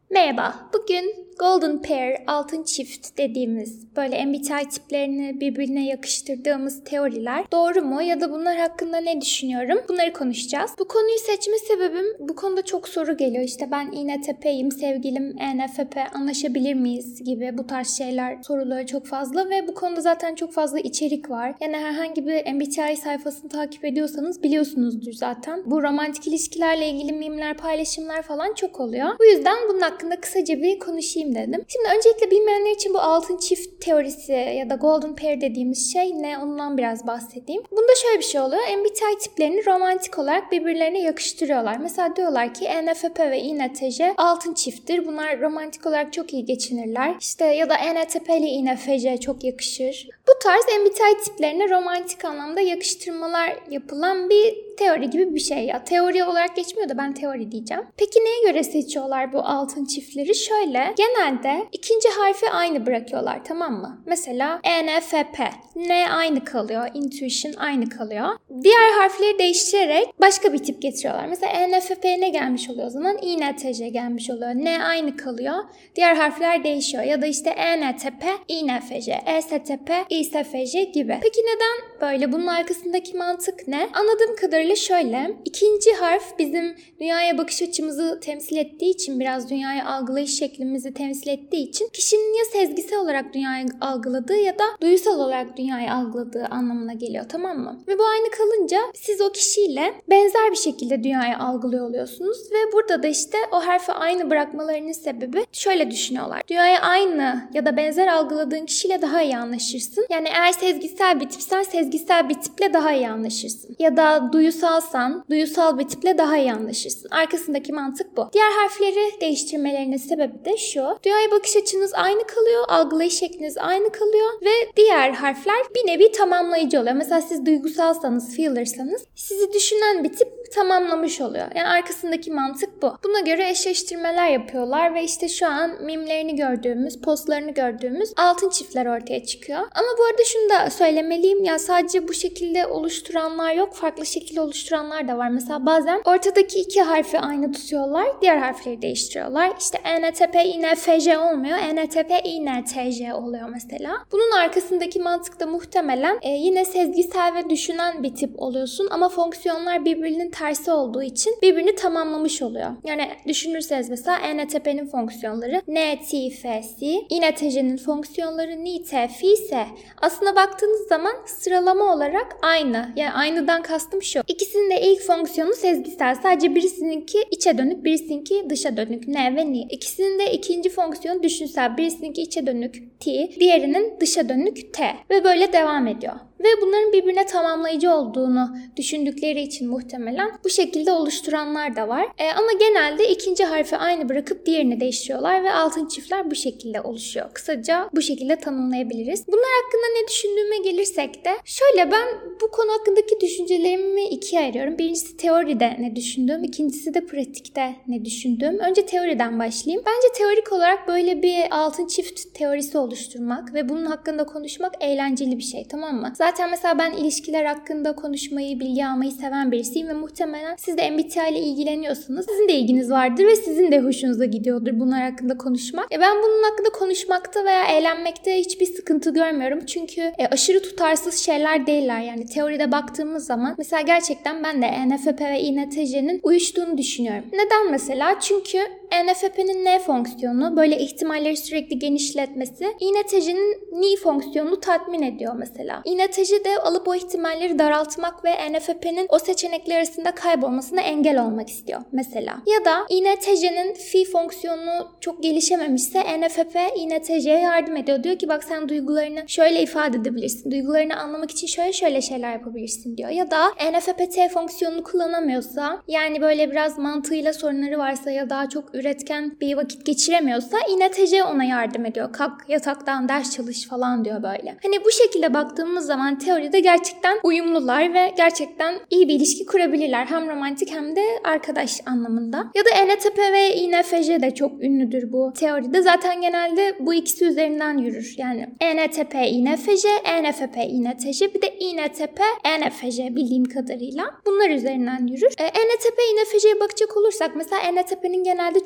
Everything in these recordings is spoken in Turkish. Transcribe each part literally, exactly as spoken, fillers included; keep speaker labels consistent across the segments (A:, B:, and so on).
A: Merhaba, bugün Golden Pair, altın çift dediğimiz böyle M B T I tiplerini birbirine yakıştırdığımız teoriler doğru mu ya da bunlar hakkında ne düşünüyorum? Bunları konuşacağız. Bu konuyu seçme sebebim, bu konuda çok soru geliyor. İşte ben İ N T P'yim, sevgilim E N F P, anlaşabilir miyiz gibi bu tarz şeyler, soruları çok fazla ve bu konuda zaten çok fazla içerik var. Yani herhangi bir M B T I sayfasını takip ediyorsanız biliyorsunuzdur zaten. Bu romantik ilişkilerle ilgili mimler, paylaşımlar falan çok oluyor. Bu yüzden bunun hakkında kısaca bir konuşayım dedim. Şimdi öncelikle bilmeyenler için bu altın çift teorisi ya da Golden Pair dediğimiz şey ne? Ondan biraz bahsedeyim. Bunda şöyle bir şey oluyor. M B T I tiplerini romantik olarak birbirlerine yakıştırıyorlar. Mesela diyorlar ki E N F P ve İ N T J altın çifttir. Bunlar romantik olarak çok iyi geçinirler. İşte ya da E N T P ile İ N F J çok yakışır. Bu tarz M B T I tiplerine romantik anlamda yakıştırmalar yapılan bir teori gibi bir şey ya. Teori olarak geçmiyor da ben teori diyeceğim. Peki neye göre seçiyorlar bu altın çiftleri? Şöyle, genelde ikinci harfi aynı bırakıyorlar, tamam mı? Mesela E N F P. N aynı kalıyor. Intuition aynı kalıyor. Diğer harfleri değiştirerek başka bir tip getiriyorlar. Mesela E N F P ne gelmiş oluyor o zaman? İ N T J gelmiş oluyor. N aynı kalıyor. Diğer harfler değişiyor. Ya da işte E N T P, İ N F J, E S T P, İ S F J gibi. Peki neden böyle? Bunun arkasındaki mantık ne? Anladığım kadarıyla şöyle. İkinci harf bizim dünyaya bakış açımızı temsil ettiği için, biraz dünyayı algılayış şeklimizi temsil ettiği için kişinin ya sezgisel olarak dünyayı algıladığı ya da duysal olarak dünyayı algıladığı anlamına geliyor, tamam mı? Ve bu aynı kalınca siz o kişiyle benzer bir şekilde dünyayı algılıyor oluyorsunuz ve burada da işte o harfi aynı bırakmalarının sebebi şöyle düşünüyorlar. Dünyayı aynı ya da benzer algıladığın kişiyle daha iyi anlaşırsın. Yani eğer sezgisel bir tipsen sezgisel bir tiple daha iyi anlaşırsın. Ya da duyusalsan duyusal bir tiple daha iyi anlaşırsın. Arkasındaki mantık bu. Diğer harfleri değiştirmelerinin sebebi de şu. Dünyaya bakış açınız aynı kalıyor, algılayış şekliniz aynı kalıyor ve diğer harfler bir nevi tamamlayıcı oluyor. Mesela siz duygusalsanız, feelersanız sizi düşünen bir tip tamamlamış oluyor. Yani arkasındaki mantık bu. Buna göre eşleştirmeler yapıyorlar ve işte şu an mimlerini gördüğümüz, postlarını gördüğümüz altın çiftler ortaya çıkıyor. Ama bu arada şunu da söylemeliyim. Ya sadece bu şekilde oluşturanlar yok. Farklı şekilde oluşturanlar da var. Mesela bazen ortadaki iki harfi aynı tutuyorlar. Diğer harfleri değiştiriyorlar. İşte E N T P, İ N F J olmuyor. E N T P, İ N T J oluyor mesela. Bunun arkasındaki mantık da muhtemelen e, yine sezgisel ve düşünen bir tip oluyorsun ama fonksiyonlar birbirinin tersi olduğu için birbirini tamamlamış oluyor. Yani düşünürseniz mesela E N T P'nin fonksiyonları N, T, F, C, İ N T J'nin fonksiyonları N, T, F ise aslında baktığınız zaman sıralama olarak aynı. Yani aynıdan kastım şu. İkisinin de ilk fonksiyonu sezgisel. Sadece birisininki içe dönük, birisininki dışa dönük. N ve N. İkisinin de ikinci fonksiyonu düşünsel. Birisininki içe dönük T, diğerinin dışa dönük T. Ve böyle devam ediyor. Ve bunların birbirine tamamlayıcı olduğunu düşündükleri için muhtemelen bu şekilde oluşturanlar da var. E, ama genelde ikinci harfi aynı bırakıp diğerini değiştiriyorlar ve altın çiftler bu şekilde oluşuyor. Kısaca bu şekilde tanımlayabiliriz. Bunlar hakkında ne düşündüğüme gelirsek de şöyle, ben bu konu hakkındaki düşüncelerimi ikiye ayırıyorum. Birincisi teoride ne düşündüğüm, ikincisi de pratikte ne düşündüğüm. Önce teoriden başlayayım. Bence teorik olarak böyle bir altın çift teorisi oluşturmak ve bunun hakkında konuşmak eğlenceli bir şey, tamam mı? Zaten mesela ben ilişkiler hakkında konuşmayı, bilgi almayı seven birisiyim ve muhtemelen siz de M B T I ile ilgileniyorsunuz. Sizin de ilginiz vardır ve sizin de hoşunuza gidiyordur bunlar hakkında konuşmak. E ben bunun hakkında konuşmakta veya eğlenmekte hiçbir sıkıntı görmüyorum. Çünkü e, aşırı tutarsız şeyler değiller. Yani teoride baktığımız zaman mesela gerçekten ben de E N F P ve İ N T J'nin uyuştuğunu düşünüyorum. Neden mesela? Çünkü E N F P'nin N fonksiyonu böyle ihtimalleri sürekli genişletmesi İ N T J'nin N fonksiyonunu tatmin ediyor mesela. İ N T J de alıp o ihtimalleri daraltmak ve E N F P'nin o seçenekler arasında kaybolmasına engel olmak istiyor mesela. Ya da İ N T J'nin Phi fonksiyonu çok gelişememişse E N F P İ N T J'ye yardım ediyor. Diyor ki bak sen duygularını şöyle ifade edebilirsin. Duygularını anlamak için şöyle şöyle şeyler yapabilirsin diyor. Ya da E N F P T fonksiyonunu kullanamıyorsa, yani böyle biraz mantığıyla sorunları varsa ya daha çok üretken bir vakit geçiremiyorsa İ N T J ona yardım ediyor. Kalk yataktan ders çalış falan diyor böyle. Hani bu şekilde baktığımız zaman teoride gerçekten uyumlular ve gerçekten iyi bir ilişki kurabilirler. Hem romantik hem de arkadaş anlamında. Ya da E N T P ve İ N F J de çok ünlüdür bu teoride. Zaten genelde bu ikisi üzerinden yürür. Yani E N T P, İ N F J, E N F P, İ N T J, bir de İ N T P, E N F J bildiğim kadarıyla. Bunlar üzerinden yürür. E N T P, İ N F J'ye bakacak olursak mesela E N T P'nin genelde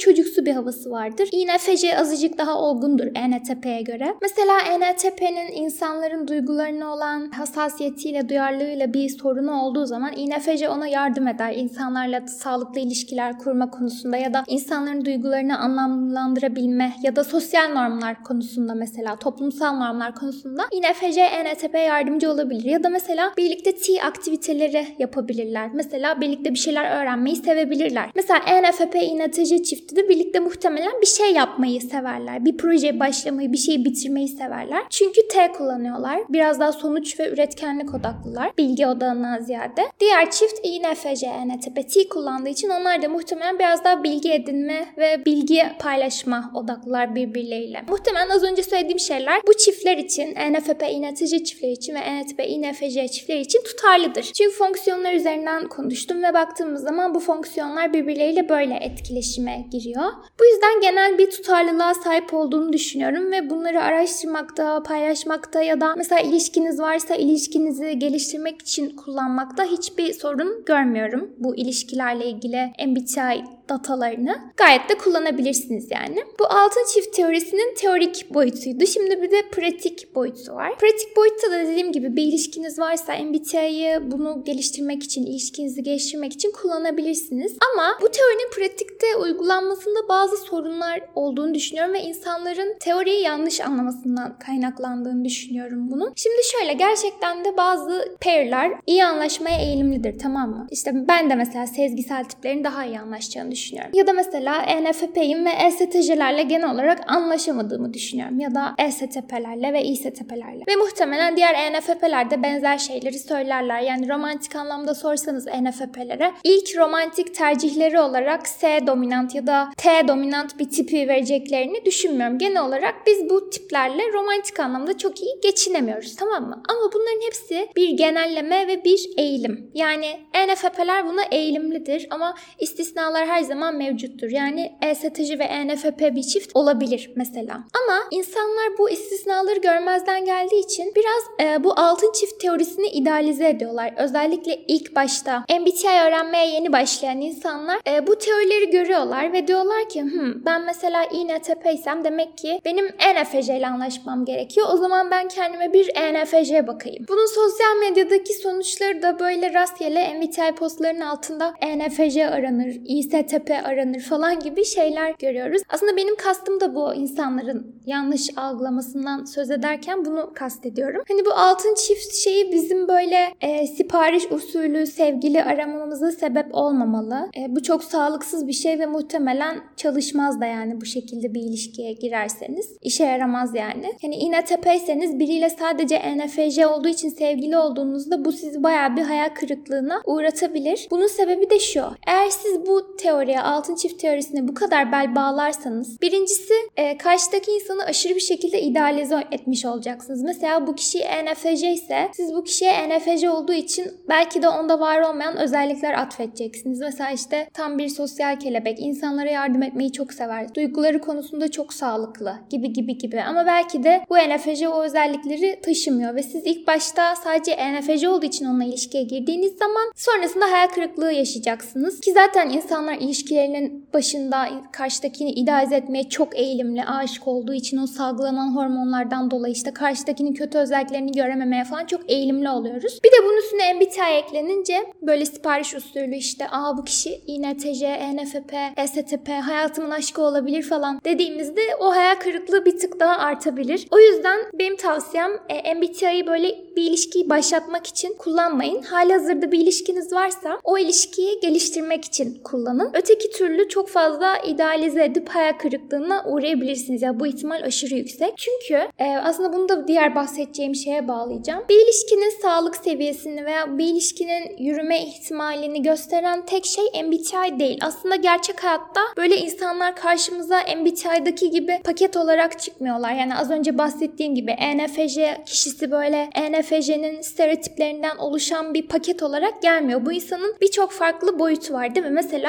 A: çocuksu bir havası vardır. İ N F J azıcık daha olgundur E N T P'ye göre. Mesela E N T P'nin insanların duygularına olan hassasiyetiyle, duyarlılığıyla bir sorunu olduğu zaman İ N F J ona yardım eder. İnsanlarla sağlıklı ilişkiler kurma konusunda ya da insanların duygularını anlamlandırabilme ya da sosyal normlar konusunda, mesela toplumsal normlar konusunda İ N F J E N T P'ye yardımcı olabilir. Ya da mesela birlikte T aktiviteleri yapabilirler. Mesela birlikte bir şeyler öğrenmeyi sevebilirler. Mesela E N F P İ N T J çifti de birlikte muhtemelen bir şey yapmayı severler. Bir projeye başlamayı, bir şeyi bitirmeyi severler. Çünkü T kullanıyorlar. Biraz daha sonuç ve üretkenlik odaklılar. Bilgi odağından ziyade. Diğer çift İ N F J E N T P T kullandığı için onlar da muhtemelen biraz daha bilgi edinme ve bilgi paylaşma odaklılar birbirleriyle. Muhtemelen az önce söylediğim şeyler bu çiftler için, E N F P İ N T J çiftleri için ve E N T P İ N F J çiftleri için tutarlıdır. Çünkü fonksiyonlar üzerinden konuştum ve baktığımız zaman bu fonksiyonlar birbirleriyle böyle etkileşime giriyor. Bu yüzden genel bir tutarlılığa sahip olduğunu düşünüyorum ve bunları araştırmakta, paylaşmakta ya da mesela ilişkiniz varsa ilişkinizi geliştirmek için kullanmakta hiçbir sorun görmüyorum. Bu ilişkilerle ilgili M B T I datalarını gayet de kullanabilirsiniz yani. Bu altın çift teorisinin teorik boyutuydu. Şimdi bir de pratik boyutu var. Pratik boyutta da dediğim gibi bir ilişkiniz varsa M B T I'yi bunu geliştirmek için, ilişkinizi geliştirmek için kullanabilirsiniz. Ama bu teorinin pratikte uygulanmasında bazı sorunlar olduğunu düşünüyorum ve insanların teoriyi yanlış anlamasından kaynaklandığını düşünüyorum bunun. Şimdi şöyle, gerçekten de bazı pair'ler iyi anlaşmaya eğilimlidir, tamam mı? İşte ben de mesela sezgisel tiplerin daha iyi anlaşacağını düşünüyorum. Ya da mesela E N F P'yim ve E S T J'lerle genel olarak anlaşamadığımı düşünüyorum. Ya da E S T P'lerle ve İ S T P'lerle. Ve muhtemelen diğer E N F P'ler de benzer şeyleri söylerler. Yani romantik anlamda sorsanız E N F P'lere ilk romantik tercihleri olarak S dominant ya da T dominant bir tipi vereceklerini düşünmüyorum. Genel olarak biz bu tiplerle romantik anlamda çok iyi geçinemiyoruz, tamam mı? Ama bunların hepsi bir genelleme ve bir eğilim. Yani E N F P'ler buna eğilimlidir ama istisnalar her zaman mevcuttur. Yani E S T J ve E N F P bir çift olabilir mesela. Ama insanlar bu istisnaları görmezden geldiği için biraz e, bu altın çift teorisini idealize ediyorlar. Özellikle ilk başta M B T I öğrenmeye yeni başlayan insanlar e, bu teorileri görüyorlar ve diyorlar ki hmm, ben mesela İ N T P'ysem demek ki benim E N F J ile anlaşmam gerekiyor. O zaman ben kendime bir E N F J bakayım. Bunun sosyal medyadaki sonuçları da böyle rastgele M B T I postlarının altında E N F J aranır, İ S T P aranır falan gibi şeyler görüyoruz. Aslında benim kastım da bu, insanların yanlış algılamasından söz ederken bunu kastediyorum. Hani bu altın çift şeyi bizim böyle e, sipariş usulü sevgili aramamıza sebep olmamalı. E, bu çok sağlıksız bir şey ve muhtemelen çalışmaz da yani bu şekilde bir ilişkiye girerseniz. İşe yaramaz yani. Hani İ N T P'yseniz biriyle sadece E N F J olduğu için sevgili olduğunuzda bu sizi bayağı bir hayal kırıklığına uğratabilir. Bunun sebebi de şu. Eğer siz bu teoriye, altın çift teorisine bu kadar bel bağlarsanız, birincisi e, karşıdaki insanı aşırı bir şekilde idealize etmiş olacaksınız. Mesela bu kişi E N F J ise siz bu kişiye E N F J olduğu için belki de onda var olmayan özellikler atfedeceksiniz. Mesela işte tam bir sosyal kelebek, insanlara yardım etmeyi çok sever, duyguları konusunda çok sağlıklı gibi gibi gibi. Ama belki de bu E N F J o özellikleri taşımıyor ve siz ilk başta sadece E N F J olduğu için onunla ilişkiye girdiğiniz zaman sonrasında hayal kırıklığı yaşayacaksınız. Ki zaten insanlar ilişkilerinin başında karşıdakini idealize etmeye çok eğilimli, aşık olduğu için o salgılanan hormonlardan dolayı işte karşıdakinin kötü özelliklerini görememeye falan çok eğilimli oluyoruz. Bir de bunun üstüne M B T I eklenince böyle sipariş usulü işte aa bu kişi İ N T J, E N F P, E S T P, hayatımın aşkı olabilir falan dediğimizde o hayal kırıklığı bir tık daha artabilir. O yüzden benim tavsiyem e, M B T I'yi böyle bir ilişkiyi başlatmak için kullanmayın. Halihazırda bir ilişkiniz varsa o ilişkiyi geliştirmek için kullanın. Öteki türlü çok fazla idealize edip hayal kırıklığına uğrayabilirsiniz. Ya bu ihtimal aşırı yüksek. Çünkü e, aslında bunu da diğer bahsedeceğim şeye bağlayacağım. Bir ilişkinin sağlık seviyesini veya bir ilişkinin yürüme ihtimalini gösteren tek şey M B T I değil. Aslında gerçek hayatta böyle insanlar karşımıza M B T I'daki gibi paket olarak çıkmıyorlar. Yani az önce bahsettiğim gibi E N F J kişisi böyle E N F J'nin stereotiplerinden oluşan bir paket olarak gelmiyor. Bu insanın birçok farklı boyutu var değil mi? Mesela e,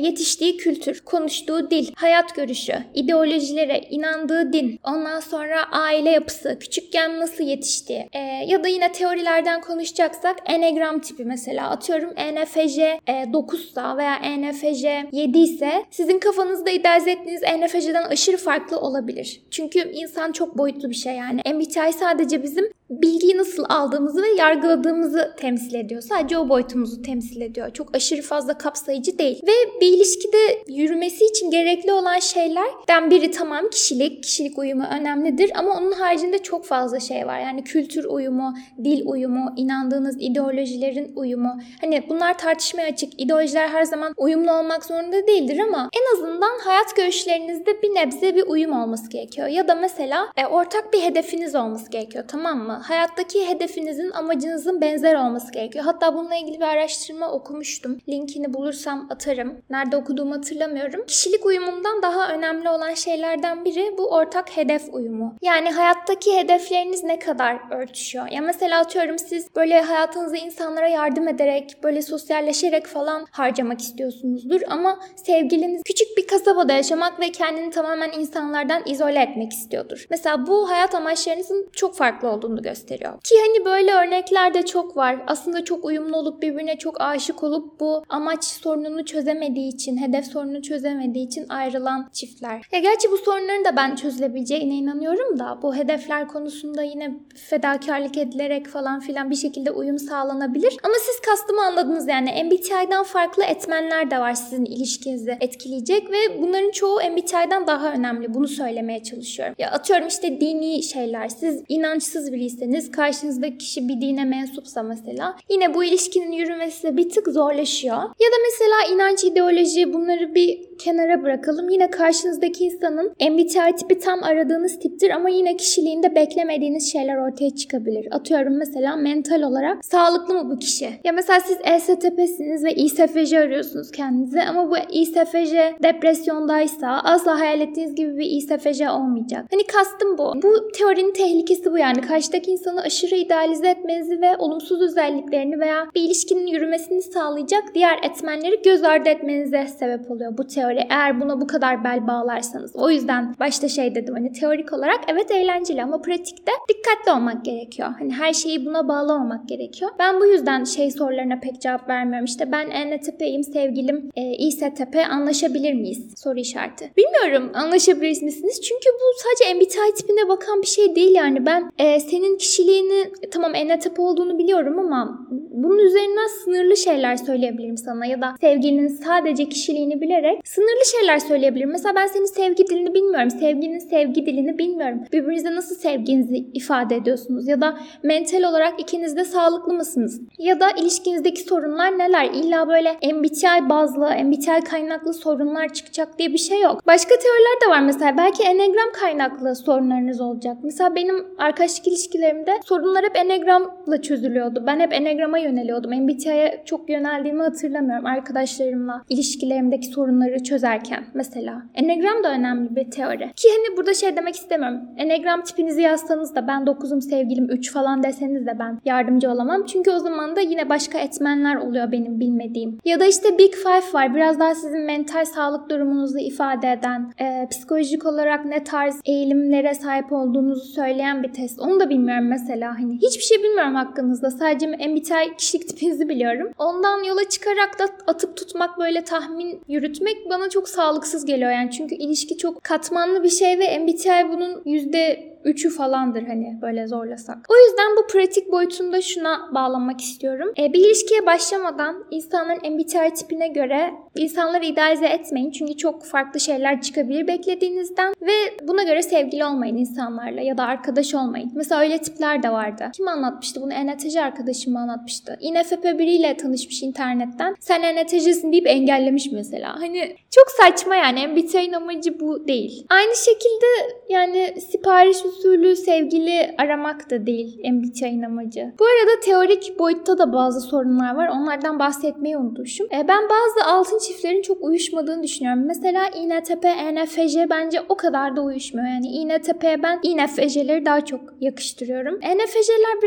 A: yetiştiği kültür, konuştuğu dil, hayat görüşü, ideolojilere, inandığı din, ondan sonra aile yapısı, küçükken nasıl yetiştiği e, ya da yine teorilerden konuşacaksak Enneagram tipi mesela atıyorum E N F J dokuzsa veya E N F J yedi ise sizin kafanızda idealize ettiğiniz E N F J'den aşırı farklı olabilir. Çünkü insan çok boyutlu bir şey yani. M B T I sadece bizim bilgiyi nasıl aldığımızı ve yargıladığımızı temsil ediyor. Sadece o boyutumuzu temsil ediyor. Çok aşırı fazla kapsayıcı değil. Ve bir ilişkide yürümesi için gerekli olan şeylerden biri tamam kişilik. Kişilik uyumu önemlidir ama onun haricinde çok fazla şey var. Yani kültür uyumu, dil uyumu, inandığınız ideolojilerin uyumu. Hani bunlar tartışmaya açık. İdeolojiler her zaman uyumlu olmak zorunda değildir ama en azından hayat görüşlerinizde bir nebze bir uyum olması gerekiyor. Ya da mesela e, ortak bir hedefiniz olması gerekiyor, tamam mı? Hayattaki hedefinizin, amacınızın benzer olması gerekiyor. Hatta bununla ilgili bir araştırma okumuştum. Linkini bulursam atarım. Nerede okuduğumu hatırlamıyorum. Kişilik uyumundan daha önemli olan şeylerden biri bu ortak hedef uyumu. Yani hayattaki hedefleriniz ne kadar örtüşüyor? Ya mesela atıyorum siz böyle hayatınızı insanlara yardım ederek, böyle sosyalleşerek falan harcamak istiyorsunuzdur ama sevgiliniz küçük bir kasabada yaşamak ve kendini tamamen insanlardan izole etmek istiyordur. Mesela bu hayat amaçlarınızın çok farklı olduğunu gösteriyor. Ki hani böyle örnekler de çok var. Aslında çok uyumlu olup birbirine çok aşık olup bu amaç sorununu çözemediği için, hedef sorununu çözemediği için ayrılan çiftler. Ya gerçi bu sorunların da ben çözülebileceğine inanıyorum da bu hedefler konusunda yine fedakarlık edilerek falan filan bir şekilde uyum sağlanabilir. Ama siz kastımı anladınız yani. M B T I'den farklı etmenler de var sizin ilişkinizi etkileyecek ve bunların çoğu M B T I'den daha önemli. Bunu söylemeye çalışıyorum. Ya atıyorum işte dini şeyler. Siz inançsız biriyseniz, karşınızdaki kişi bir dine mensupsa mesela yine bu ilişkinin yürümesi de bir tık zorlaşıyor. Ya da mesela inanç, ideoloji bunları bir kenara bırakalım. Yine karşınızdaki insanın M B T I tipi tam aradığınız tiptir ama yine kişiliğinde beklemediğiniz şeyler ortaya çıkabilir. Atıyorum mesela mental olarak sağlıklı mı bu kişi? Ya mesela siz E S T P'siniz ve İ S F J arıyorsunuz kendinize ama bu İ S F J depresyondaysa asla hayal ettiğiniz gibi bir İ S F J olmayacak. Hani kastım bu. Bu teorinin tehlikesi bu yani. Karşıdaki insanı aşırı idealize etmenizi ve olumsuz özelliklerini veya bir ilişkinin yürümesini sağlayacak diğer etmenleri göz ardı etmenize sebep oluyor bu teori. Eğer buna bu kadar bel bağlarsanız. O yüzden başta şey dedim hani teorik olarak evet eğlenceli ama pratikte dikkatli olmak gerekiyor. Hani her şeyi buna bağlamamak gerekiyor. Ben bu yüzden şey sorularına pek cevap vermiyorum. İşte ben E N T P'yim, sevgilim e, İ S T P, anlaşabilir miyiz? Soru işareti. Bilmiyorum anlaşabilir misiniz? Çünkü bu sadece M B T I tipine bakan bir şey değil yani. Ben e, senin kişiliğini tamam E N T P olduğunu biliyorum ama bunun üzerinden sınırlı şeyler söyleyebilirim sana ya da sevgilinin sadece kişiliğini bilerek sınırlı şeyler söyleyebilirim. Mesela ben senin sevgi dilini bilmiyorum. Sevgilinin sevgi dilini bilmiyorum. Birbirinize nasıl sevginizi ifade ediyorsunuz ya da mental olarak ikiniz de sağlıklı mısınız? Ya da ilişkinizdeki sorunlar neler? İlla böyle M B T I bazlı, M B T I kaynaklı sorunlar çıkacak diye bir şey yok. Başka teoriler de var mesela. Belki Enneagram kaynaklı sorunlarınız olacak. Mesela benim arkadaşlık ilişkilerimde sorunlar hep Enneagram'la çözülüyordu. Ben hep Enneagram'a yöneliyordum. M B T I'ye çok yöneldiğimi hatırlamıyorum. Arkadaşlarımla ilişkilerimdeki sorunları çözerken mesela. Enneagram da önemli bir teori. Ki hani burada şey demek istemiyorum. Enneagram tipinizi yazsanız da ben dokuzum sevgilim üç falan deseniz de ben yardımcı olamam. Çünkü o zaman da yine başka etmenler oluyor benim bilmediğim. Ya da işte Big Five var. Biraz daha sizin mental sağlık durumunuzu ifade eden, e, psikolojik olarak ne tarz eğilimlere sahip olduğunuzu söyleyen bir test. Onu da bilmiyorum mesela. Hani hiçbir şey bilmiyorum hakkınızda. Sadece M B T I kişilik tipinizi biliyorum. Ondan yola çıkarak da atıp tutmak, böyle tahmin yürütmek bana çok sağlıksız geliyor yani. Çünkü ilişki çok katmanlı bir şey ve M B T I bunun yüzde üçü falandır hani böyle zorlasak. O yüzden bu pratik boyutunda şuna bağlamak istiyorum. E, bir ilişkiye başlamadan insanların M B T I tipine göre insanları idealize etmeyin. Çünkü çok farklı şeyler çıkabilir beklediğinizden ve buna göre sevgili olmayın insanlarla ya da arkadaş olmayın. Mesela öyle tipler de vardı. Kim anlatmıştı bunu? E N T C arkadaşım anlatmıştı. İ N F P biriyle tanışmış internetten. Sen E N T C'sin deyip engellemiş mesela. Hani çok saçma yani. M B T I'nin amacı bu değil. Aynı şekilde yani sipariş usulü sevgili aramak da değil M B T I'nin amacı. Bu arada teorik boyutta da bazı sorunlar var. Onlardan bahsetmeyi unutmuşum. E, ben bazı altın çiftlerin çok uyuşmadığını düşünüyorum. Mesela İ N T P, E N F J bence o kadar da uyuşmuyor. Yani İ N T P'ye ben İ N F J'leri daha çok yakıştırıyorum. E N F J'ler biraz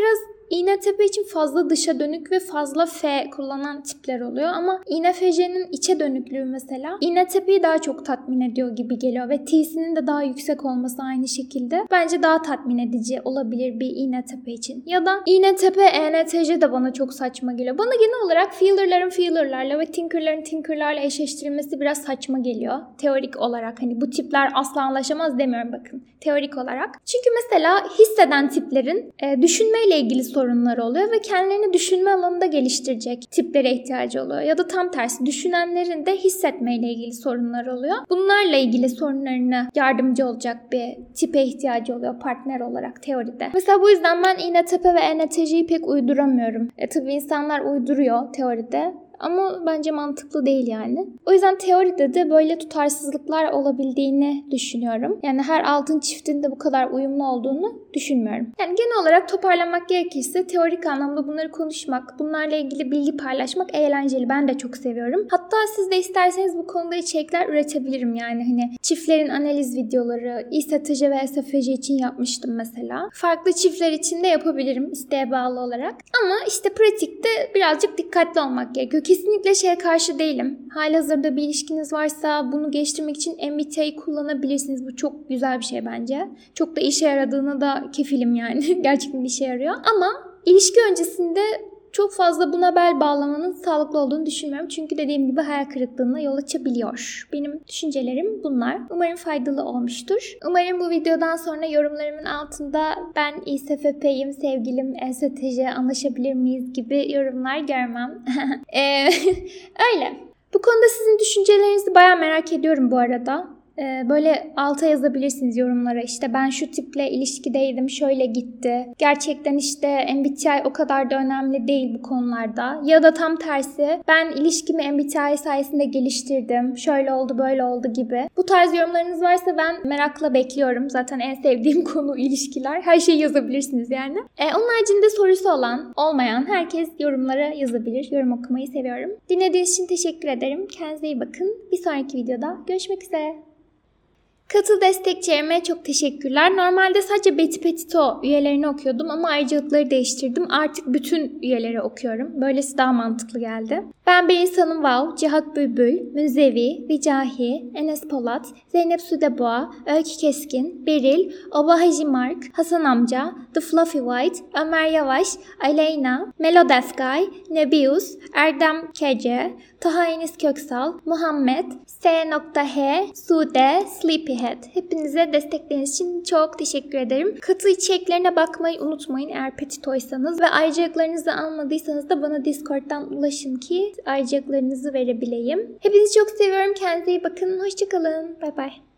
A: I N T P için fazla dışa dönük ve fazla F kullanan tipler oluyor ama I N F J'nin içe dönüklüğü mesela I N T P'yi daha çok tatmin ediyor gibi geliyor ve T'sinin de daha yüksek olması aynı şekilde bence daha tatmin edici olabilir bir I N T P için. Ya da I N T P, E N T J de bana çok saçma geliyor. Bana genel olarak feeler'ların feeler'larla ve thinker'ların thinker'larla eşleştirilmesi biraz saçma geliyor. Teorik olarak hani bu tipler asla anlaşamaz demiyorum bakın. Teorik olarak. Çünkü mesela hisseden tiplerin e, düşünmeyle ilgili sorunları oluyor ve kendilerini düşünme alanında geliştirecek tiplere ihtiyacı oluyor. Ya da tam tersi düşünenlerin de hissetmeyle ilgili sorunları oluyor. Bunlarla ilgili sorunlarına yardımcı olacak bir tipe ihtiyacı oluyor partner olarak teoride. Mesela bu yüzden ben I N T P ve E N T J'yi pek uyduramıyorum. E, tabii insanlar uyduruyor teoride. Ama bence mantıklı değil yani. O yüzden teoride de böyle tutarsızlıklar olabildiğini düşünüyorum. Yani her altın çiftinde bu kadar uyumlu olduğunu düşünmüyorum. Yani genel olarak toparlamak gerekirse teorik anlamda bunları konuşmak, bunlarla ilgili bilgi paylaşmak eğlenceli. Ben de çok seviyorum. Hatta siz de isterseniz bu konuda içerikler üretebilirim yani. Hani çiftlerin analiz videoları, I S T J ve S F J için yapmıştım mesela. Farklı çiftler için de yapabilirim isteğe bağlı olarak. Ama işte pratikte birazcık dikkatli olmak gerekiyor. Kesinlikle şeye karşı değilim. Halihazırda bir ilişkiniz varsa bunu geliştirmek için M B T I kullanabilirsiniz. Bu çok güzel bir şey bence. Çok da işe yaradığına da kefilim yani. Gerçekten işe yarıyor. Ama ilişki öncesinde çok fazla buna bel bağlamanın sağlıklı olduğunu düşünmüyorum. Çünkü dediğim gibi hayal kırıklığına yol açabiliyor. Benim düşüncelerim bunlar. Umarım faydalı olmuştur. Umarım bu videodan sonra yorumlarımın altında ben İ S F P'yim, sevgilim E S T J anlaşabilir miyiz gibi yorumlar görmem. ee, öyle. Bu konuda sizin düşüncelerinizi bayağı merak ediyorum bu arada. Ee, böyle alta yazabilirsiniz yorumlara, işte ben şu tiple ilişkideydim, şöyle gitti. Gerçekten işte M B T I o kadar da önemli değil bu konularda. Ya da tam tersi, ben ilişkimi M B T I sayesinde geliştirdim, şöyle oldu böyle oldu gibi. Bu tarz yorumlarınız varsa ben merakla bekliyorum. Zaten en sevdiğim konu ilişkiler. Her şeyi yazabilirsiniz yani. Ee, onun haricinde sorusu olan, olmayan herkes yorumlara yazabilir. Yorum okumayı seviyorum. Dinlediğiniz için teşekkür ederim. Kendinize iyi bakın. Bir sonraki videoda görüşmek üzere. Katıl destekçilerime çok teşekkürler. Normalde sadece Betty Petito üyelerini okuyordum ama ayrıcalıkları değiştirdim. Artık bütün üyeleri okuyorum. Böylesi daha mantıklı geldi. Ben bir insanım Wow, Cihat Bülbül, Münzevi, Vicahi, Enes Polat, Zeynep Sudeboğa, Öykü Keskin, Beril, Obahaji Mark, Hasan Amca, The Fluffy White, Ömer Yavaş, Aleyna, Melodesgay, Nebius, Erdem Kece, Taha Enis Köksal, Muhammed, S H, Sude, Sleepyhead. Hepinize destekleriniz için çok teşekkür ederim. Katıl içeriklerine bakmayı unutmayın eğer petitoysanız ve ayrıcalıklarınızı almadıysanız da bana Discord'dan ulaşın ki ayrıcalıklarınızı verebileyim. Hepinizi çok seviyorum. Kendinize iyi bakın. Hoşçakalın. Bay bay.